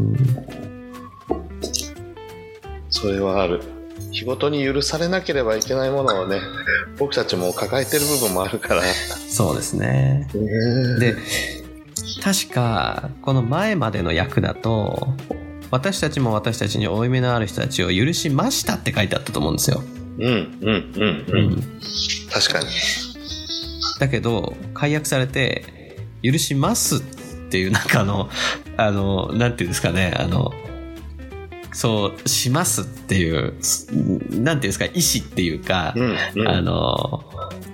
Speaker 2: それはある。日ごとに許されなければいけないものをね、僕たちも抱えてる部分もあるから。
Speaker 1: そうですね。で、確かこの前までの訳だと、私たちも私たちに負い目のある人たちを許しましたって書いてあったと思うんですよ。
Speaker 2: うんうんうんうん、うん、確かに。
Speaker 1: だけど解約されて許しますっていう、なんかあのあのなんていうんですかね、あのそうしますっていう、なんていうんですか、意思っていうか、うんうん、あの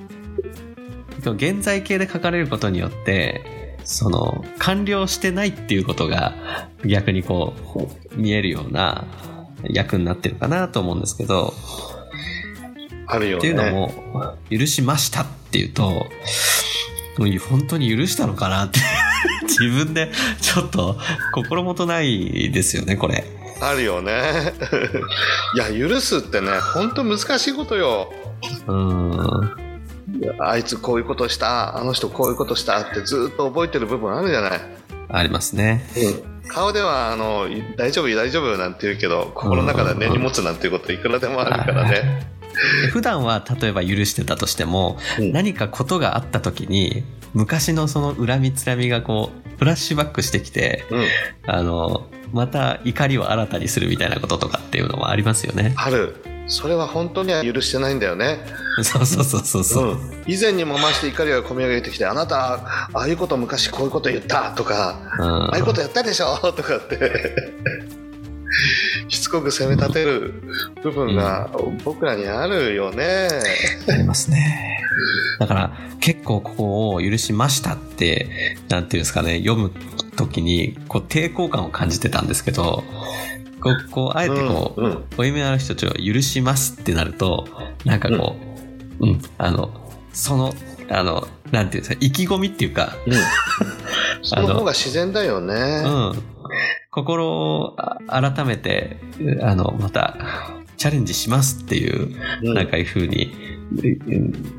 Speaker 1: 現在形で書かれることによってその完了してないっていうことが逆にこう見えるような訳になってるかなと思うんですけど、
Speaker 2: あるよね。
Speaker 1: っていうのも、許しましたっていうと、本当に許したのかなって自分でちょっと心もとないですよね、これ。
Speaker 2: あるよね。いや、許すってね、本当難しいことよ。
Speaker 1: うーん。
Speaker 2: あいつこういうことした、あの人こういうことしたってずっと覚えてる部分あるじゃない。
Speaker 1: ありますね。
Speaker 2: うん、顔ではあの大丈夫大丈夫なんて言うけど、心の中で根に持つなんていうこといくらでもあるからね。
Speaker 1: 普段は例えば許してたとしても、うん、何かことがあった時に昔のその恨みつらみがこうフラッシュバックしてきて、うん、あのまた怒りを新たにするみたいなこととかっていうのもありますよね。
Speaker 2: ある。それは本当には許してないんだよね。
Speaker 1: そうそうそうそうそう、うん、
Speaker 2: 以前にも増して怒りが込み上げてきて、あなたああいうこと昔こういうこと言ったとか、うん、ああいうことやったでしょとかってしつこく責め立てる部分が僕らにあるよね、
Speaker 1: うん、ありますね。だから結構ここを許しましたってなんていうんですかね、読む時にこう抵抗感を感じてたんですけど、こう、こうあえてこう、うんうん、負い目のある人たちを許しますってなると、なんかこう、うん、うん、あのそのあのなんていうんですか、意気込みっていうか、うん、
Speaker 2: その方が自然だよね。
Speaker 1: うん、心を改めてあのまたチャレンジしますっていう、うん、なんかいう風に、うん、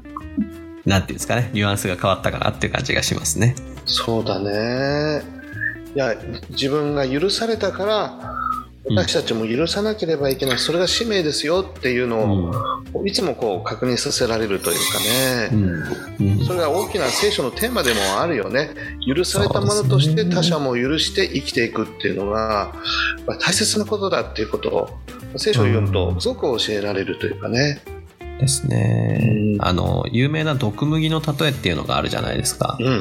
Speaker 1: なんていうんですかね、ニュアンスが変わったかなっていう感じがしますね。
Speaker 2: そうだね。いや、自分が許されたから私たちも許さなければいけない、うん、それが使命ですよっていうのを、うん、いつもこう確認させられるというかね、うんうん、それが大きな聖書のテーマでもあるよね。許されたものとして他者も許して生きていくっていうのが大切なことだっていうことを聖書を読むとすごく教えられるというかね、
Speaker 1: ですね、うん、あの有名な毒麦の例えっていうのがあるじゃないですか、
Speaker 2: うんうん、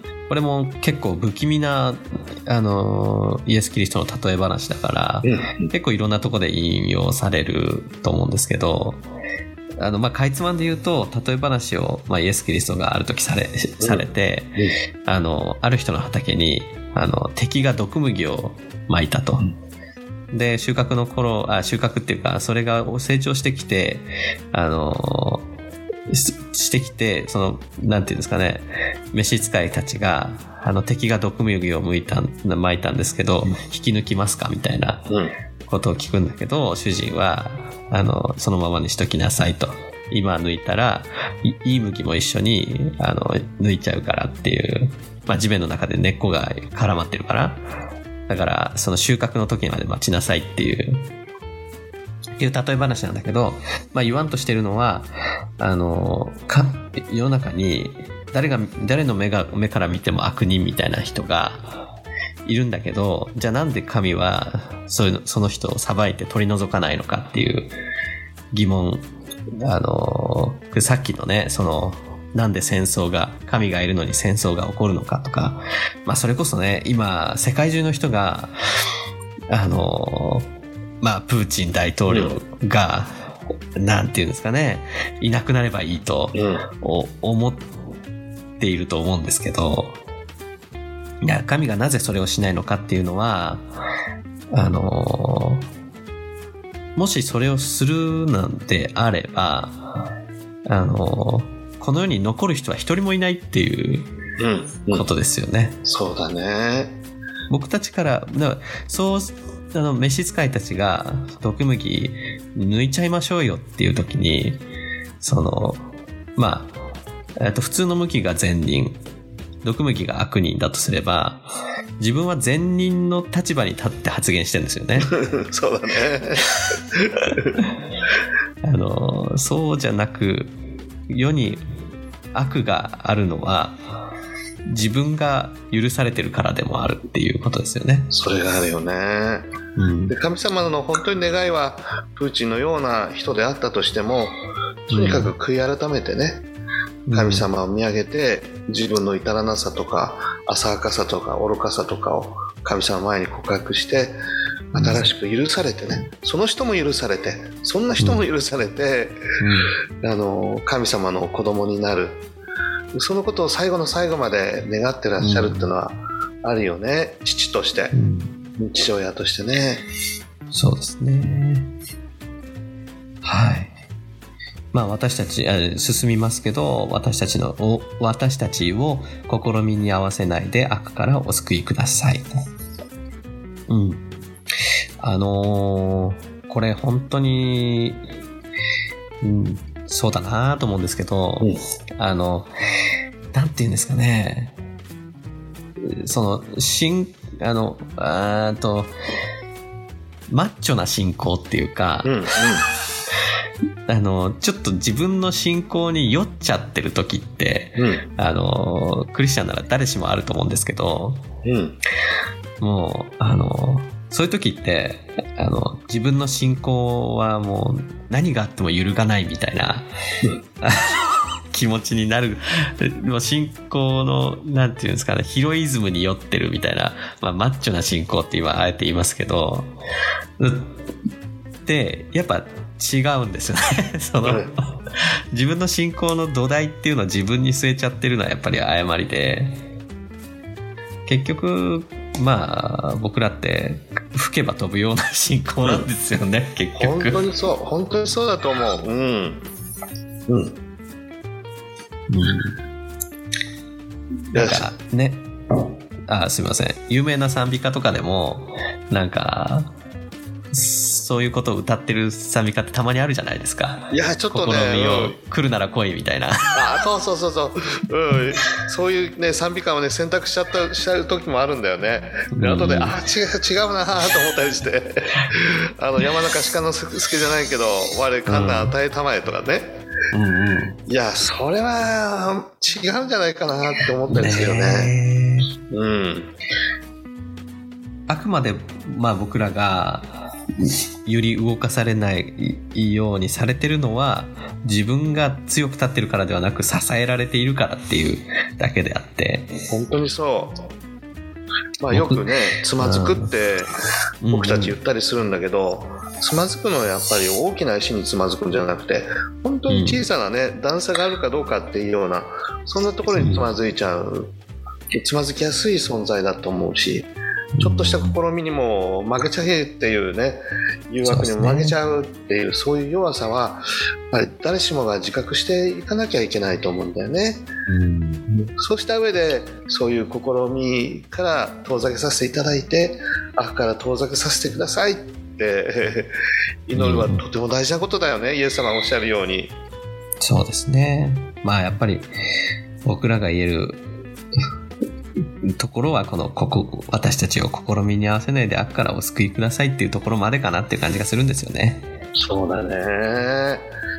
Speaker 1: これも結構不気味なあのイエス・キリストの例え話だから、うん、結構いろんなところで引用されると思うんですけど、あの、まあ、かいつまんで言うと例え話を、まあ、イエス・キリストがある時され、されて、うん、あのある人の畑にあの敵が毒麦をまいたと、うん、で収穫の頃あ収穫っていうかそれが成長してきてあのしてきてそのなんていうんですかね、召使いたちがあの敵が毒麦をむいたまいたんですけど、うん、引き抜きますかみたいなことを聞くんだけど、うん、主人はあのそのままにしときなさいと、今抜いたらいい麦も一緒にあの抜いちゃうからっていう、まあ、地面の中で根っこが絡まってるからだからその収穫の時まで待ちなさいっていうっていう例え話なんだけど、まあ、言わんとしてるのはあのか世の中に誰が誰の目が目から見ても悪人みたいな人がいるんだけど、じゃあなんで神はそういうのその人を裁いて取り除かないのかっていう疑問、あのさっきのね、そのなんで戦争が、神がいるのに戦争が起こるのかとか、まあそれこそね、今世界中の人があのまあプーチン大統領が、うん、なんていうんですかね、いなくなればいいと、うん、思っていると思うんですけど、いや、神がなぜそれをしないのかっていうのは、あのもしそれをするなんてあれば、あのこの世に残る人は一人もいないっていうことですよね。
Speaker 2: うんうん、そうだね。
Speaker 1: 僕たちからだそうあの召使いたちが毒麦抜いちゃいましょうよっていう時に、そのまあ、えっと普通の麦が善人、毒麦が悪人だとすれば、自分は善人の立場に立って発言してるんですよね。
Speaker 2: そうだね。
Speaker 1: あのそうじゃなく、世に悪があるのは自分が許されてるからでもあるっていうことですよね。
Speaker 2: それがあるよね。うん、で神様の本当に願いはプーチンのような人であったとしても、とにかく悔い改めてね、うん、神様を見上げて自分の至らなさとか浅はかさとか愚かさとかを神様前に告白して、新しく許されてね、その人も許されて、そんな人も許されて、うん、あの神様の子供になる、そのことを最後の最後まで願ってらっしゃるっていうのはあるよね、うん、父として、うん、父親としてね。
Speaker 1: そうですね。はい。まあ私たち進みますけど、私たちの私たちを試みに合わせないで悪からお救いください。うん。あのー、これ本当に、うん、そうだなと思うんですけど、うん、あの、なんていうんですかね、その、信、あの、あと、マッチョな信仰っていうか、うんうん、あの、ちょっと自分の信仰に酔っちゃってる時って、うん、あの、クリスチャンなら誰しもあると思うんですけど、うん、もう、あの、そういう時ってあの自分の信仰はもう何があっても揺るがないみたいな、うん、気持ちになる。信仰のなんていうんですかね、ヒロイズムに酔ってるみたいな、まあ、マッチョな信仰って今あえて言いますけど、でやっぱ違うんですよね。その、うん、自分の信仰の土台っていうのを自分に据えちゃってるのはやっぱり誤りで、結局まあ僕らって吹けば飛ぶような信仰なんですよね、うん、結局
Speaker 2: 本当にそう本当にそうだと思う。うんうん、うん、
Speaker 1: なんかね、あ、すみません、有名な賛美歌とかでもなんかそういうことを歌ってる賛美歌ってたまにあるじゃないですか。
Speaker 2: いやちょっとね、
Speaker 1: 試みを来るなら来いみたいな、
Speaker 2: あ、そうそうそうそう、うん、そういうね賛美歌をね選択しちゃったしちゃう時もあるんだよね。で後で、うん、あ違う違うなと思ったりしてあの山中鹿之助じゃないけど我観難与えたまえとかね、うんうんうん、いやそれは違うんじゃないかなって思ったりするよね。うん、
Speaker 1: あくまでまあ僕らがより動かされないようにされてるのは自分が強く立ってるからではなく支えられているからっていうだけであって、
Speaker 2: 本当にそう、まあ、よくねつまずくって僕たち言ったりするんだけど、うんうん、つまずくのはやっぱり大きな石につまずくんじゃなくて本当に小さなね、うん、段差があるかどうかっていうようなそんなところにつまずいちゃう、うん、つまずきやすい存在だと思うし、ちょっとした試みにも負けちゃえっていうね、誘惑にも負けちゃうっていう、そういう弱さはやっぱり誰しもが自覚していかなきゃいけないと思うんだよね。うん、そうした上でそういう試みから遠ざけさせていただいて、悪から遠ざけさせてくださいって祈るはとても大事なことだよね、イエス様がおっしゃるように。
Speaker 1: そうですね。まあやっぱり僕らが言えるところはこのここ私たちを試みに合わせないで悪からお救いくださいっていうところまでかなっていう感じがするんですよね。
Speaker 2: そうだね。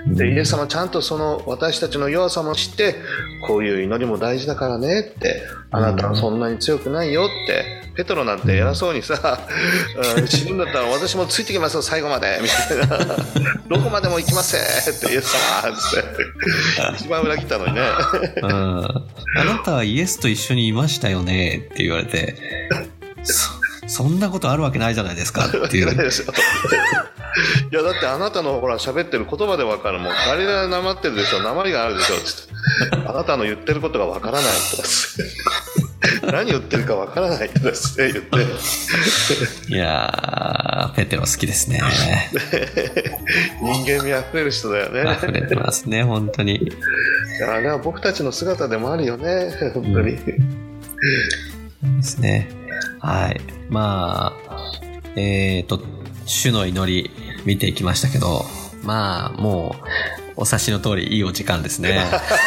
Speaker 2: でイエス様ちゃんとその私たちの弱さも知って、こういう祈りも大事だからねって、あなたはそんなに強くないよって、ペトロなんて偉そうにさ、うん、死ぬんだったら私もついてきますよ最後までみたいなどこまでも行きますってイエス様って一番裏切ったのにね
Speaker 1: うん、あなたはイエスと一緒にいましたよねって言われてそ, そんなことあるわけないじゃないですかっていう
Speaker 2: いやだってあなたのほら喋ってる言葉で分かるもん、ガリラヤなまってるでしょ、訛りがあるでしょってあなたの言ってることが分からないとか何言ってるか分からないとか言って
Speaker 1: いやーペテロ好きですね
Speaker 2: 人間味あふれる人だよね。
Speaker 1: 溢れてますね本当に。
Speaker 2: あれは僕たちの姿でもあるよね本当に、うん、
Speaker 1: ですね。はい、まあえっと主の祈り見ていきましたけど、まあもうお察しの通りいいお時間ですね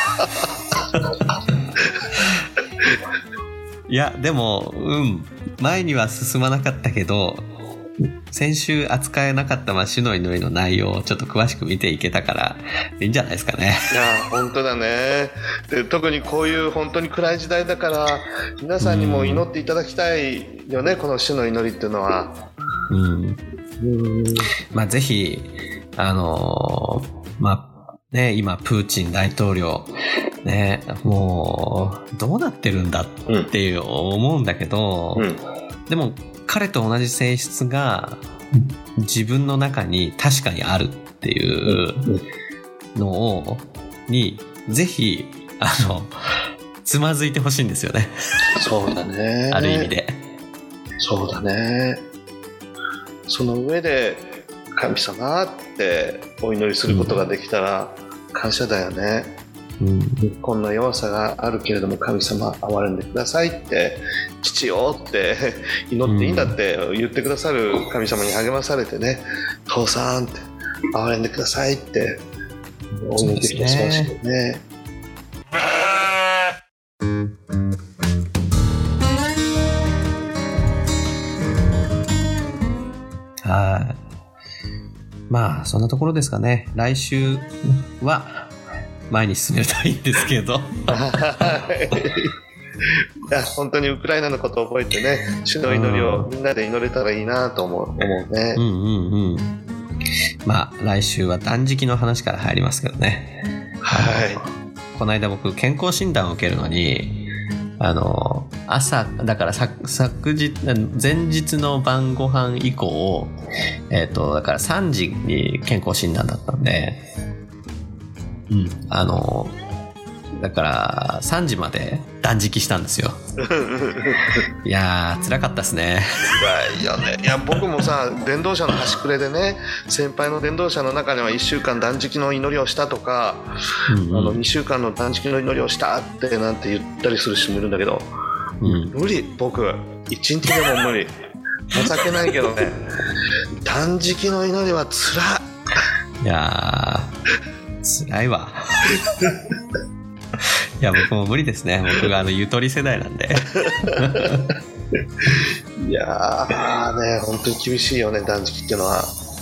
Speaker 1: いやでもうん前には進まなかったけど、先週扱えなかった主の祈りの内容をちょっと詳しく見ていけたからいいんじゃないですかね。
Speaker 2: いや本当だね。で特にこういう本当に暗い時代だから皆さんにも祈っていただきたいよね、この主の祈りっていうのは。うんうん、
Speaker 1: まあぜひあのー、まあね今プーチン大統領ねもうどうなってるんだっていう思うんだけど、うんうん、でも彼と同じ性質が自分の中に確かにあるっていうのをにぜひあのつまずいてほしいんですよね。
Speaker 2: そうだね。
Speaker 1: ある意味で。そうだね。
Speaker 2: その上で神様ってお祈りすることができたら感謝だよね、うん、こんな弱さがあるけれども神様憐れんでくださいって父よって祈っていいんだって言ってくださる神様に励まされてね、父さんって憐れんでくださいってお祈りできてしまうしね。
Speaker 1: はい。まあそんなところですかね。来週は前に進めるといいんですけどい
Speaker 2: や本当にウクライナのことを覚えてね、主の祈りをみんなで祈れたらいいなと思う、思うね。うんうんうん。
Speaker 1: まあ来週は断食の話から入りますけどね。はい。この間僕健康診断を受けるのにあの朝だから昨日前日の晩ご飯以降、えっとだからさんじに健康診断だったんで、うん、あのだからさんじまで断食したんですよいやー辛かったですね。
Speaker 2: 辛いよね。いや僕もさ伝道者の端くれでね、先輩の伝道者の中にはいっしゅうかん断食の祈りをしたとか、うんうん、あのにしゅうかんの断食の祈りをしたってなんて言ったりする人もいるんだけど、うん、無理。僕いちにちでも無理情けないけどね断食の祈りは辛
Speaker 1: い。いやー辛いわいや僕も無理ですね。僕があのゆとり世代なんで
Speaker 2: いやーね本当に厳しいよね断食っていうのは。はい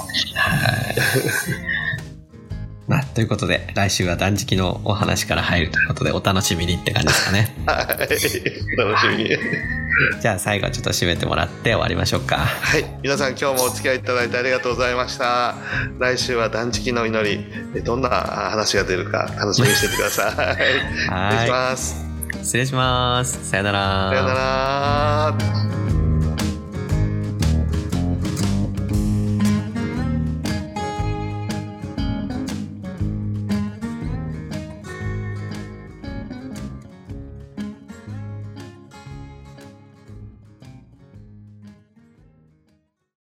Speaker 1: まあ、ということで来週は断食のお話から入るということでお楽しみにって感じですかね。
Speaker 2: はい楽しみに
Speaker 1: じゃあ最後ちょっと締めてもらって終わりましょうか。
Speaker 2: はい皆さん今日もお付き合いいただいてありがとうございました。来週は断食の祈りどんな話が出るか楽しみにしててください。
Speaker 1: はい失礼します。失礼します。さよなら。
Speaker 2: さよなら。